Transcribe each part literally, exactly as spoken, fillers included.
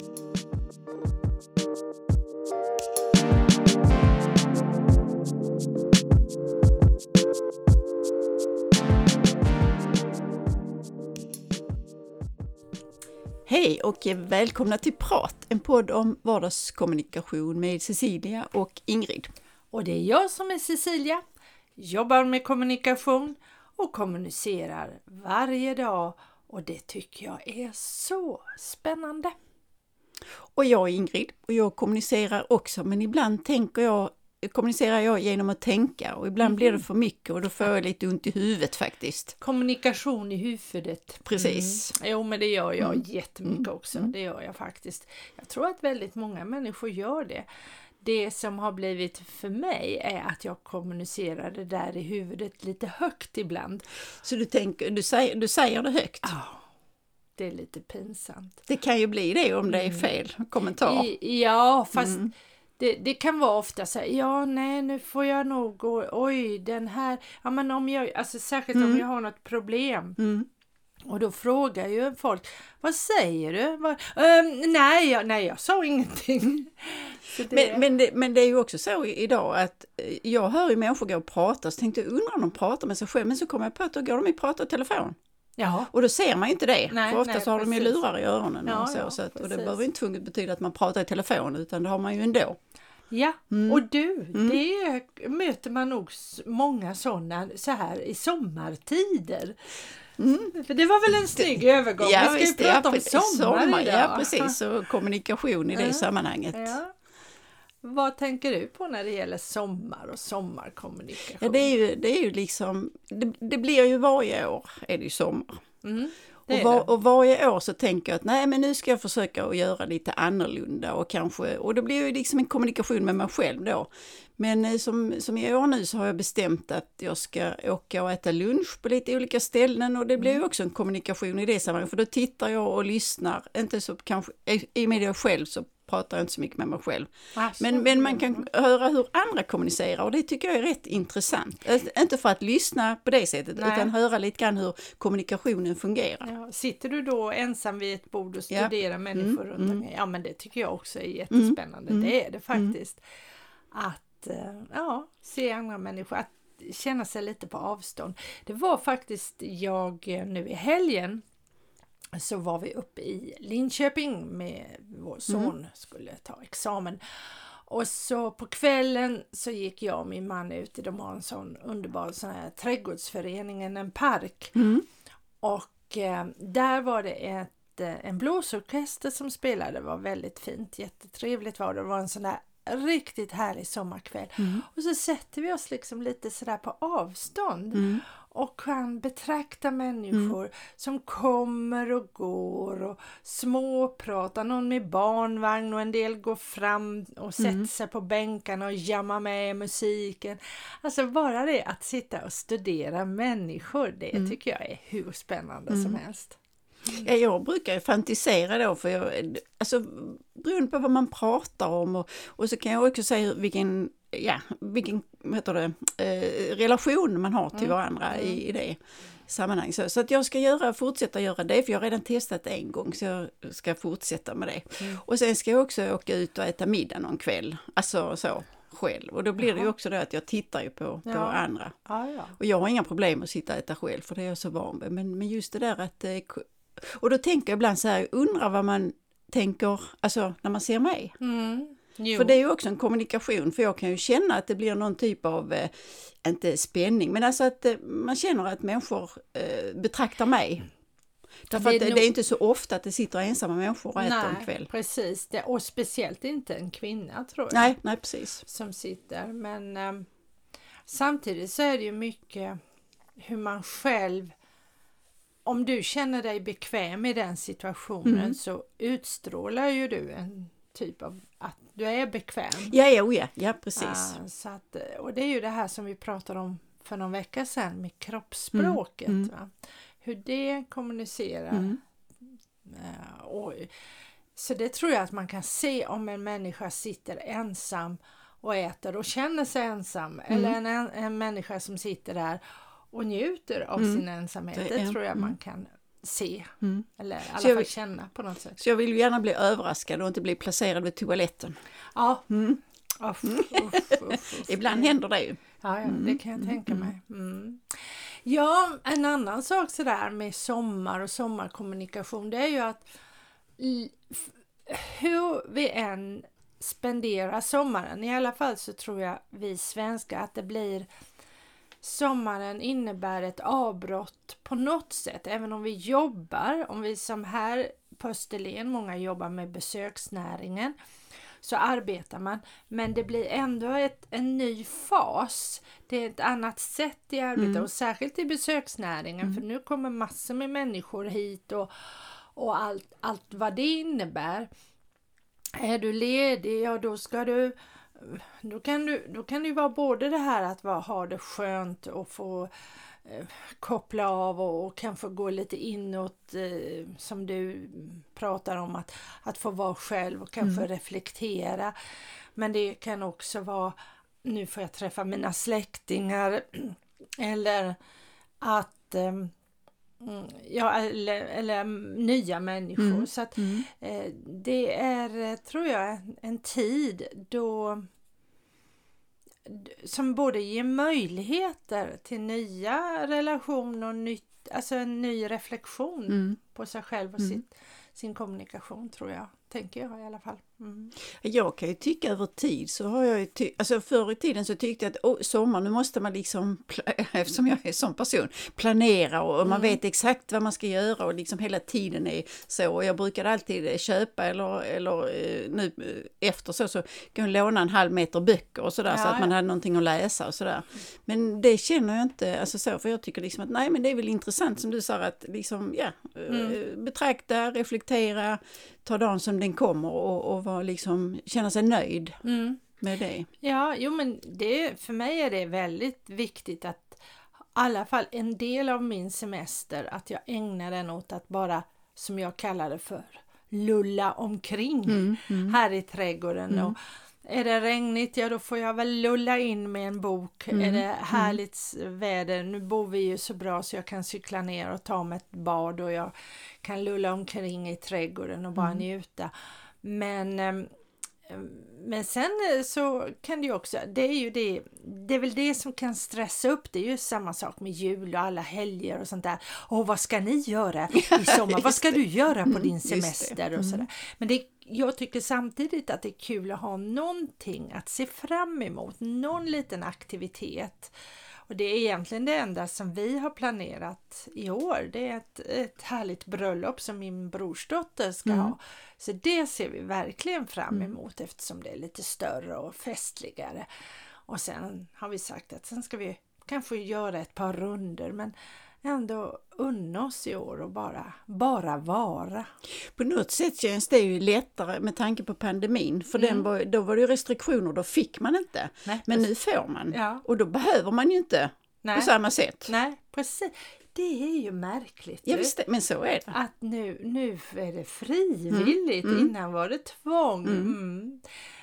Hej och välkomna till Prat, en podd om vardagskommunikation med Cecilia och Ingrid. Och det är jag som är Cecilia, jobbar med kommunikation och kommunicerar varje dag, och det tycker jag är så spännande. Och jag är Ingrid och jag kommunicerar också, men ibland tänker jag, kommunicerar jag genom att tänka och ibland mm. blir det för mycket och då får jag lite ont i huvudet faktiskt. Kommunikation i huvudet. Precis. Mm. Jo, men det gör jag Mm. jättemycket Mm. också, det gör jag faktiskt. Jag tror att väldigt många människor gör det. Det som har blivit för mig är att jag kommunicerar det där i huvudet lite högt ibland. Så du, tänker, du, säger, du säger det högt? Ja, det är lite pinsamt. Det kan ju bli det om det är fel kommentar. I, ja, fast Mm. det, det kan vara ofta så här, ja nej nu får jag nog gå, oj den här, ja men om jag, alltså särskilt Mm. om jag har något problem. Mm. Och då frågar ju folk, vad säger du? Vad, um, nej, jag, nej, jag sa ingenting. Så det... Men, men, det, men det är ju också så idag att jag hör ju människor gå och prata, så tänkte jag undra om de pratar med sig själv, men så kommer jag på att då går de ju prata i telefon. Ja. Och då ser man ju inte det, Nej, för oftast nej, har de ju precis. lurar i öronen. Ja, och så, ja, så att, och det precis. behöver inte tvunget betyda att man pratar i telefon, utan det har man ju ändå. Ja, Mm. och du, Mm. det möter man nog många sådana så här i sommartider. Mm. För det var väl en snygg övergång. Ja, Vi ska visst, ju prata ja, om sommar, sommar idag. Ja, precis. Och kommunikation i det Ja. sammanhanget. Ja. Vad tänker du på när det gäller sommar och sommarkommunikation? Ja, det är ju, det är ju liksom, det, det blir ju varje år är det ju sommar. Mm, och, det är var, det. och varje år så tänker jag att nej, men nu ska jag försöka att göra lite annorlunda och kanske, och det blir ju liksom en kommunikation med mig själv då. Men eh, som, som i år nu så har jag bestämt att jag ska åka och äta lunch på lite olika ställen, och det blir ju också en kommunikation i det sammanhanget, för då tittar jag och lyssnar, inte så kanske, i och med jag själv så pratar jag inte så mycket med mig själv. Alltså, Men, men man kan höra hur andra kommunicerar, och det tycker jag är rätt intressant. Inte för att lyssna på det sättet, Nej. utan höra lite grann hur kommunikationen fungerar. Ja, sitter du då ensam vid ett bord och studerar Ja. människor Mm, runt mm. omkring? Ja, men det tycker jag också är jättespännande. Mm, Det är det faktiskt. Att eh, ja, se andra människor, att känna sig lite på avstånd. Det var faktiskt jag eh, nu i helgen, så var vi uppe i Linköping med vår son, Mm. skulle ta examen. Och så på kvällen så gick jag och min man ut, de har en sån underbar sån här trädgårdsförening, en park. Mm. Och eh, där var det ett, eh, en blåsorkester som spelade, det var väldigt fint, jättetrevligt var det, det var en sån där riktigt härlig sommarkväll. Mm. Och så sätter vi oss liksom lite sådär på avstånd. Mm. Och kan betrakta människor mm. som kommer och går och småpratar, någon med barnvagn och en del går fram och sätter mm. sig på bänkarna och jammar med musiken. Alltså bara det att sitta och studera människor, det mm. tycker jag är hur spännande mm. som helst. Ja, jag brukar ju fantisera då, för jag, alltså beroende på vad man pratar om, och, och så kan jag också säga vilken, ja, vilken vad heter det, eh, relation man har till Mm. varandra Mm. i, i det sammanhang. Så, så att jag ska göra, fortsätta göra det, för jag har redan testat det en gång, så jag ska fortsätta med det. Mm. Och sen ska jag också åka ut och äta middag någon kväll, alltså så själv. Och då blir det ju också det att jag tittar ju på, Ja. på andra. Ja, ja. Och jag har inga problem att sitta och äta själv, för det är jag så van med. Men, men just det där att... Eh, och då tänker jag ibland så här, undrar vad man tänker, alltså när man ser mig. Mm. För det är ju också en kommunikation, för jag kan ju känna att det blir någon typ av, eh, inte spänning, men alltså att eh, man känner att människor eh, betraktar mig. Därför det att det, nog... det är inte så ofta att det sitter ensamma människor och äter nej, en kväll. Precis, det, och speciellt inte en kvinna tror jag. Nej, nej precis. Som sitter, men eh, samtidigt så är det ju mycket hur man själv, om du känner dig bekväm i den situationen mm. så utstrålar ju du en typ av att du är bekväm. Ja, ja, ja, ja precis. Uh, så att, och det är ju det här som vi pratade om för någon vecka sedan med kroppsspråket. Mm. Va? Hur det kommunicerar. Mm. Uh, och, så det tror jag att man kan se om en människa sitter ensam och äter och känner sig ensam. Mm. Eller en, en människa som sitter där och njuter av mm. sin ensamhet. Det, det tror jag mm. man kan se. Mm. Eller i alla Så jag fall vill- känna på något sätt. Så jag vill ju gärna bli överraskad och inte bli placerad vid toaletten. Ja. Mm. Uff, uff, uff, uff. Ibland händer det ju. Ja, ja, Mm, det kan jag mm, tänka mm. mig. Mm. Ja, en annan sak sådär med sommar och sommarkommunikation, det är ju att l- f- hur vi än spenderar sommaren, i alla fall så tror jag vi svenskar att det blir sommaren innebär ett avbrott på något sätt, även om vi jobbar, om vi som här på Österlen, många jobbar med besöksnäringen, så arbetar man, men det blir ändå ett, en ny fas. Det är ett annat sätt i arbetet Mm. och särskilt i besöksnäringen, Mm. för nu kommer massor med människor hit och, och allt, allt vad det innebär. Är du ledig, ja då ska du då kan du, då kan det ju vara både det här att vara, ha det skönt och få eh, koppla av och, och kanske gå lite inåt eh, som du pratar om, att, att få vara själv och kanske Mm. reflektera. Men det kan också vara, nu får jag träffa mina släktingar eller att eh, mm, ja, eller, eller nya människor. Mm. Så att Mm. eh, det är, tror jag, en, en tid då som både ger möjligheter till nya relationer och nytt, alltså en ny reflektion Mm. på sig själv och Mm. sitt, sin kommunikation, tror jag. Tänker jag i alla fall. Mm. Jag kan ju tycka över tid så har jag ju ty- alltså förr i tiden så tyckte jag att oh, sommar nu måste man liksom, pla- eftersom jag är sån person, planera och, och man Mm. vet exakt vad man ska göra och liksom hela tiden är så. Och jag brukade alltid köpa eller, eller eh, nu eh, efter så så kan jag låna en halv meter böcker och sådär Ja, så att man ja. hade någonting att läsa och sådär. Men det känner jag inte, alltså så, för jag tycker liksom att nej men det är väl intressant som du sa att liksom ja, Mm. eh, betrakta, reflektera, ta dagen som den kommer och, och vara liksom, känna sig nöjd Mm. med det. Ja, jo men det, för mig är det väldigt viktigt att i alla fall en del av min semester, att jag ägnar den åt att bara, som jag kallar det för, lulla omkring Mm, mm. här i trädgården. Mm. Och är det regnigt, ja då får jag väl lulla in med en bok. Mm, Är det härligt väder, nu bor vi ju så bra så jag kan cykla ner och ta mig ett bad och jag kan lulla omkring i trädgården och bara Mm. njuta. Men ehm, Men sen så kan det ju också, det är ju det, det är väl det som kan stressa upp, det är ju samma sak med jul och alla helger och sånt där. Och vad ska ni göra i sommar? Vad ska du göra på din semester och sådär. Men det, jag tycker samtidigt att det är kul att ha någonting att se fram emot, någon liten aktivitet. Och det är egentligen det enda som vi har planerat i år. Det är ett, ett härligt bröllop som min brorsdotter ska Mm. ha. Så det ser vi verkligen fram emot eftersom det är lite större och festligare. Och sen har vi sagt att sen ska vi kanske göra ett par runder men ändå unna oss i år och bara, bara vara. På något sätt känns det ju lättare med tanke på pandemin. För Mm. den var, då var det ju restriktioner, då fick man inte. Nej, Men precis. nu får man. Ja. Och då behöver man ju inte Nej. på samma sätt. Nej, precis. Det är ju märkligt. Ja, du. visst, men så är det. Att nu, nu är det frivilligt, Mm, mm. innan var det tvång. Mm. Mm.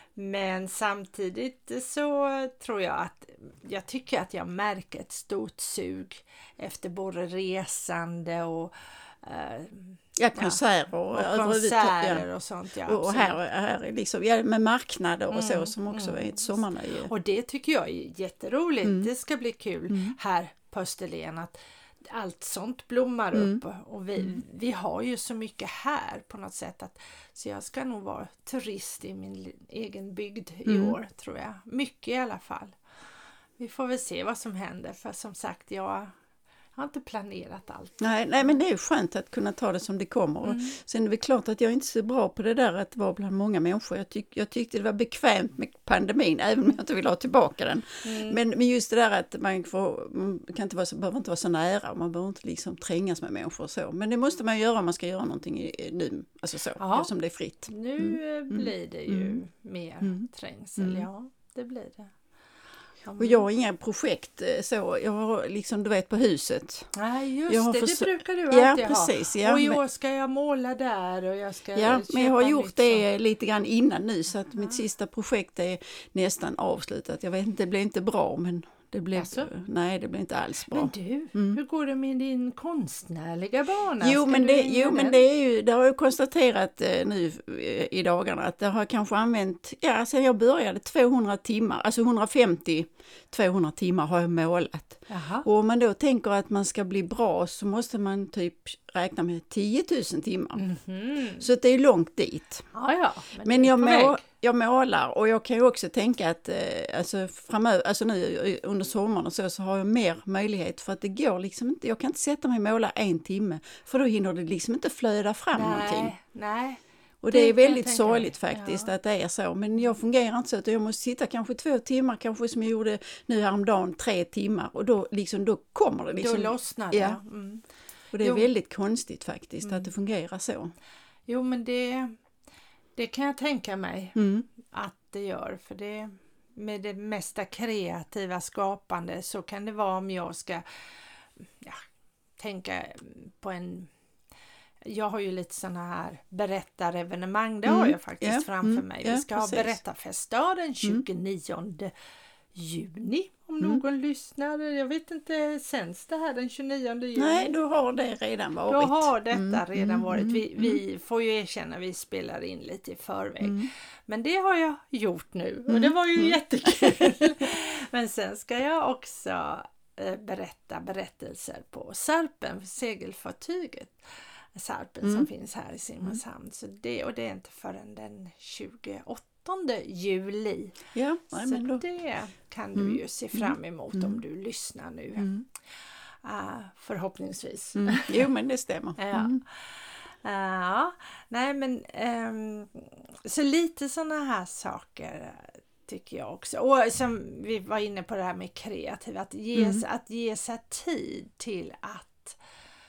Men samtidigt så tror jag att jag tycker att jag märker ett stort sug efter både resande och, eh, Ja, konserter och, och överhuvudtaget, konserter ja. och sånt. Ja, Och absolut. här, här är liksom, ja, med marknader och så Mm, som också mm. är ett sommarnöje. Och det tycker jag är jätteroligt. Mm. Det ska bli kul Mm. här på Österlen att allt sånt blommar Mm. upp. Och vi, vi har ju så mycket här på något sätt. Att, så jag ska nog vara turist i min li- egen bygd i Mm. år, tror jag. Mycket i alla fall. Vi får väl se vad som händer. För som sagt, jag har inte planerat allt. Nej, nej, men det är ju skönt att kunna ta det som det kommer. Och Mm. sen är det väl klart att jag är inte så bra på det där att vara bland många människor. Jag, tyck, jag tyckte det var bekvämt med pandemin, även om jag inte vill ha tillbaka den. Mm. Men, men just det där att man, får, man kan inte vara så, behöver inte vara så nära och man behöver inte liksom trängas med människor och så. Men det måste man göra om man ska göra någonting i, nu, alltså så, Ja. som det är fritt. Nu eh, blir det ju Mm. mer Mm. trängsel. Mm. Ja, det blir det. Och jag har inga projekt så, jag har liksom, du vet, på huset. Nej, just Jag har det, försö- det brukar du Ja, alltid ha. precis. Ja, och i men- år ska jag måla där och jag ska Ja, men jag har köpa gjort nytt det lite grann innan nu så att Ja. mitt sista projekt är nästan avslutat. Jag vet inte, det blev inte bra men Det blev, Alltså? nej, det blev inte alls bra. Men du, Mm. hur går det med din konstnärliga bana? Jo, Ska men, du det, in med jo men den? det är ju, det har jag konstaterat eh, nu eh, i dagarna att det har kanske använt, ja sen jag började tvåhundra timmar, alltså hundrafemtio till tvåhundra timmar har jag målat. Jaha. Och om man då tänker att man ska bli bra så måste man typ räkna med tio tusen timmar. Mhm. Så att det är långt dit. Ja, ja. Men, Men det är jag, på må, väg. jag målar och jag kan ju också tänka att eh, alltså framöver, alltså nu under sommaren och så, så har jag mer möjlighet för att det går liksom inte, jag kan inte sätta mig och måla en timme för då hinner det liksom inte flöda fram någonting. Nej, nej. Och det, det är kan jag väldigt tänka sorgligt mig. faktiskt Ja. att det är så, men jag fungerar inte så att jag måste sitta kanske två timmar, kanske som jag gjorde nu häromdagen, tre timmar och då liksom, då kommer det liksom. Då lossnar det. Ja. Mm. Och det är Jo. väldigt konstigt faktiskt Mm. att det fungerar så. Jo, men det, det kan jag tänka mig Mm. att det gör. För det med det mesta kreativa skapande så kan det vara om jag ska ja, tänka på en... Jag har ju lite sådana här berättarevenemang, det Mm. har jag faktiskt Ja. framför Mm. mig. Ja, Vi ska precis. ha berättarfestdag den tjugonionde juni om Mm. någon lyssnar. Jag vet inte, sänds det här den tjugonionde juni? Nej, då har det redan varit. Då har detta Mm, redan mm, varit. mm, Vi, mm. vi får ju erkänna, vi spelar in lite i förväg. Mm. Men det har jag gjort nu och Mm, det var ju mm. jättekul. Men sen ska jag också eh, berätta berättelser på Sarpen, segelfartyget. Sarpen Mm. som finns här i Simrishamn. Så det, och det är inte förrän den tjugoåttonde juli. Ja, nej, Så men då. det kan du Mm. ju se fram emot Mm. om du lyssnar nu. Mm. Uh, förhoppningsvis. Mm. Jo, men det stämmer. Ja. Mm. Ja, nej men ehm, så lite sådana här saker tycker jag också. Och som vi var inne på det här med kreativ, att ge, Mm. att ge sig tid till att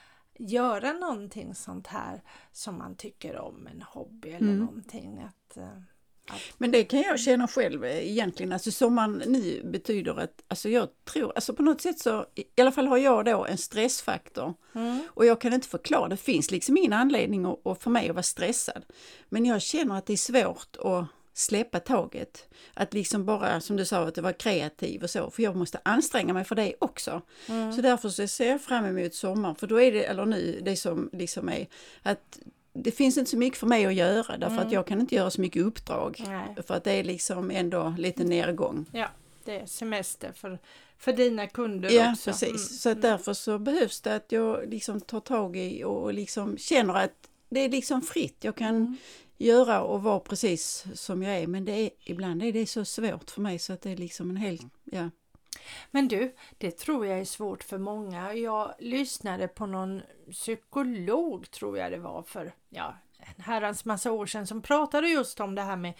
göra någonting sånt här som man tycker om, en hobby eller Mm. någonting. Att, eh, att, Men det kan jag känna själv eh, egentligen. Alltså sommaren nu betyder att, alltså jag tror, alltså på något sätt så, i alla fall har jag då en stressfaktor. mm, Och jag kan inte förklara, det finns liksom ingen anledning att, att för mig att vara stressad. Men jag känner att det är svårt att släppa taget. Att liksom bara, som du sa, att det var kreativ och så. För jag måste anstränga mig för det också. mm. Så därför så ser jag fram emot sommaren. För då är det, eller nu, det som liksom är att det finns inte så mycket för mig att göra. Därför Mm. att jag kan inte göra så mycket uppdrag. Nej. För att det är liksom ändå lite nedgång. Ja, det är semester för, för dina kunder Ja, också. precis. Mm, Så att därför så behövs det att jag liksom tar tag i och liksom känner att det är liksom fritt. Jag kan Mm. göra och vara precis som jag är. Men det är, ibland är det så svårt för mig så att det är liksom en hel... Ja. Men du, det tror jag är svårt för många. Jag lyssnade på någon psykolog, tror jag det var, för ja, en herrans massa år sedan, som pratade just om det här med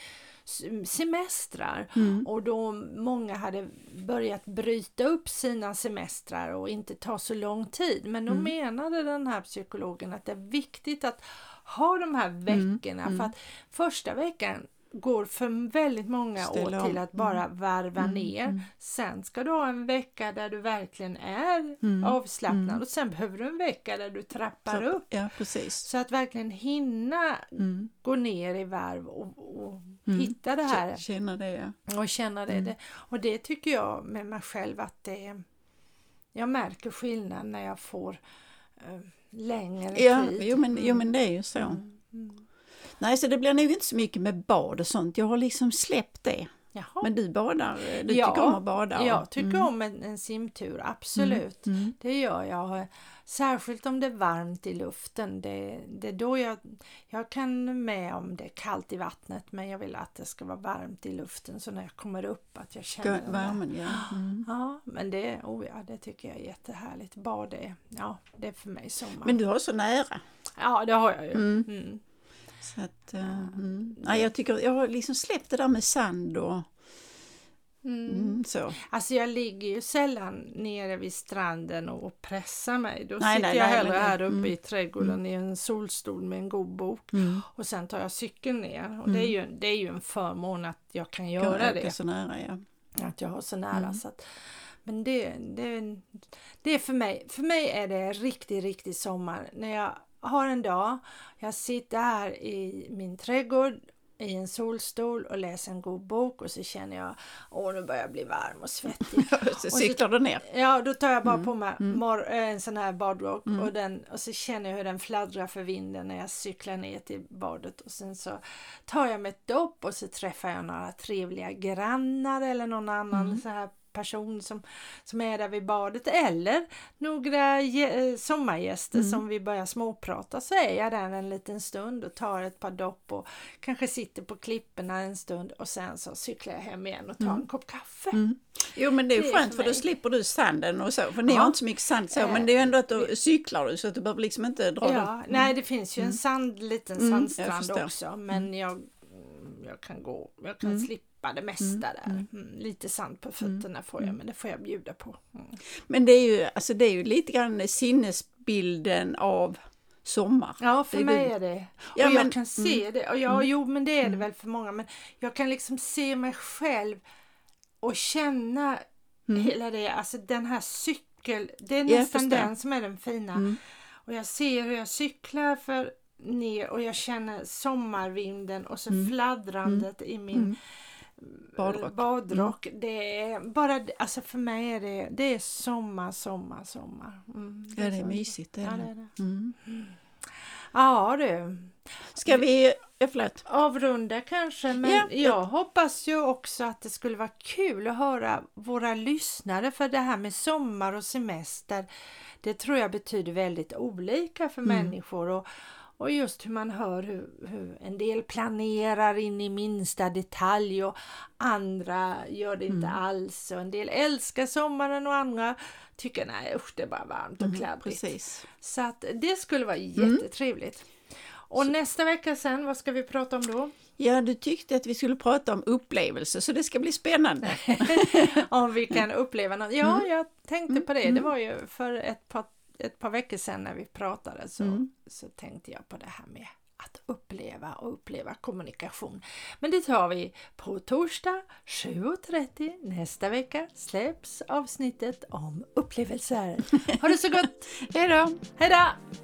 semestrar. Mm. Och då många hade börjat bryta upp sina semestrar och inte ta så lång tid. Men då Mm. menade den här psykologen att det är viktigt att ha de här veckorna. Mm. För att första veckan går för väldigt många Ställa år om. till att bara Mm. varva Mm. ner. Mm. Sen ska du ha en vecka där du verkligen är Mm. avslappnad Mm. och sen behöver du en vecka där du trappar Så- upp. Ja, precis. Så att verkligen hinna Mm. gå ner i varv och, och Mm. hitta det här K- Känna det, ja. och känna det. Mm. det. Och det tycker jag med mig själv att det, jag märker skillnad när jag får eh, längre Ja, tid. jo men, jo men det är ju så. Mm. Mm. Nej, så det blir nog inte så mycket med bad och sånt. Jag har liksom släppt det. Jaha. Men du badar, du Ja, tycker om att bada? och- Jag tycker mm. om en, en simtur, absolut. Mm. Mm. Det gör jag. Särskilt om det är varmt i luften. Det, det är då jag, jag kan med om det är kallt i vattnet, men jag vill att det ska vara varmt i luften, så när jag kommer upp att jag känner Gå- den där- Värmen, ja. Mm. Ja, men det, oh ja, det tycker jag är jättehärligt. Bad är, ja, det är för mig sommar. Men du har så nära. Ja, det har jag ju. Mm. Mm. Så att, uh, mm. Nej, jag tycker jag har liksom släppt det där med sand och Mm. mm, så. Alltså jag ligger ju sällan nere vid stranden och pressar mig. Då Nej, sitter nej, jag nej, hellre men det- här uppe mm. i trädgården Mm. i en solstol med en god bok. Mm. Och sen tar jag cykeln ner. Och Mm. det, är ju, det är ju en förmån att jag kan Kan göra åka det. så nära, ja. Att jag har så nära. Mm. Så att, men det, det, det är för mig. För mig är det riktigt, riktigt sommar. När jag har en dag, jag sitter här i min trädgård i en solstol och läser en god bok och så känner jag, åh nu börjar jag bli varm och svettig. så cyklar du ner. Ja, då tar jag bara Mm. på mig Mm. mor- en sån här badrock Mm. och, den, och så känner jag hur den fladdrar för vinden när jag cyklar ner till badet och sen så tar jag mig ett dopp och så träffar jag några trevliga grannar eller någon annan Mm. så här person som, som är där vid badet eller några ge- sommargäster Mm. som vi börjar småprata, så är jag där en liten stund och tar ett par dopp och kanske sitter på klipporna en stund och sen så cyklar jag hem igen och tar Mm. en kopp kaffe. Mm. Jo men det är Det är skönt för för då mig. slipper du sanden och så, för ni Ja. har inte så mycket sand så, Eh, men det är ju ändå att då cyklar du så att du behöver liksom inte dra Ja, den. nej det finns ju en Mm. sand, liten Mm, jag sandstrand förstår. också, men jag, jag kan gå, jag kan Mm. slippa det mesta Mm, där. mm. Mm, lite sand på fötterna får jag, mm. men det får jag bjuda på. Mm. Men det är ju, alltså det är ju lite grann sinnesbilden av sommar. Ja, för Det är mig du. är det. Ja, och men- jag kan se det. Och ja, Mm. jo, men det är det Mm. väl för många. Men jag kan liksom se mig själv och känna Mm. hela det. Alltså den här cykel, det är Jag nästan förstår. den som är den fina. Mm. Och jag ser hur jag cyklar för ner och jag känner sommarvinden och så Mm. fladdrandet i min Mm. Badrock. badrock. Det är bara, alltså för mig är det, det är sommar, sommar, sommar. Mm, Ja, det är så. mysigt. Det är Ja, det. det är det. Mm. Ja, du. Ska vi, ja, förlåt. Avrunda kanske, men Ja. jag hoppas ju också att det skulle vara kul att höra våra lyssnare, för det här med sommar och semester, det tror jag betyder väldigt olika för Mm. människor och, och just hur man hör hur, hur en del planerar in i minsta detalj och andra gör det inte Mm. alls och en del älskar sommaren och andra tycker nej usch, det är bara varmt och Mm, kladdigt. precis. Så att det skulle vara jättetrevligt. Och Så- nästa vecka sen, vad ska vi prata om då? Ja, du tyckte att vi skulle prata om upplevelser, så det ska bli spännande. Om vi kan uppleva något. Ja, Mm. jag tänkte Mm, på det. Det mm. var ju för ett par, ett par veckor sedan när vi pratade så, Mm. så tänkte jag på det här med att uppleva och uppleva kommunikation. Men det tar vi på torsdag sju och trettio. Nästa vecka släpps avsnittet om upplevelser. Ha det så gott! Hej då! Hej då!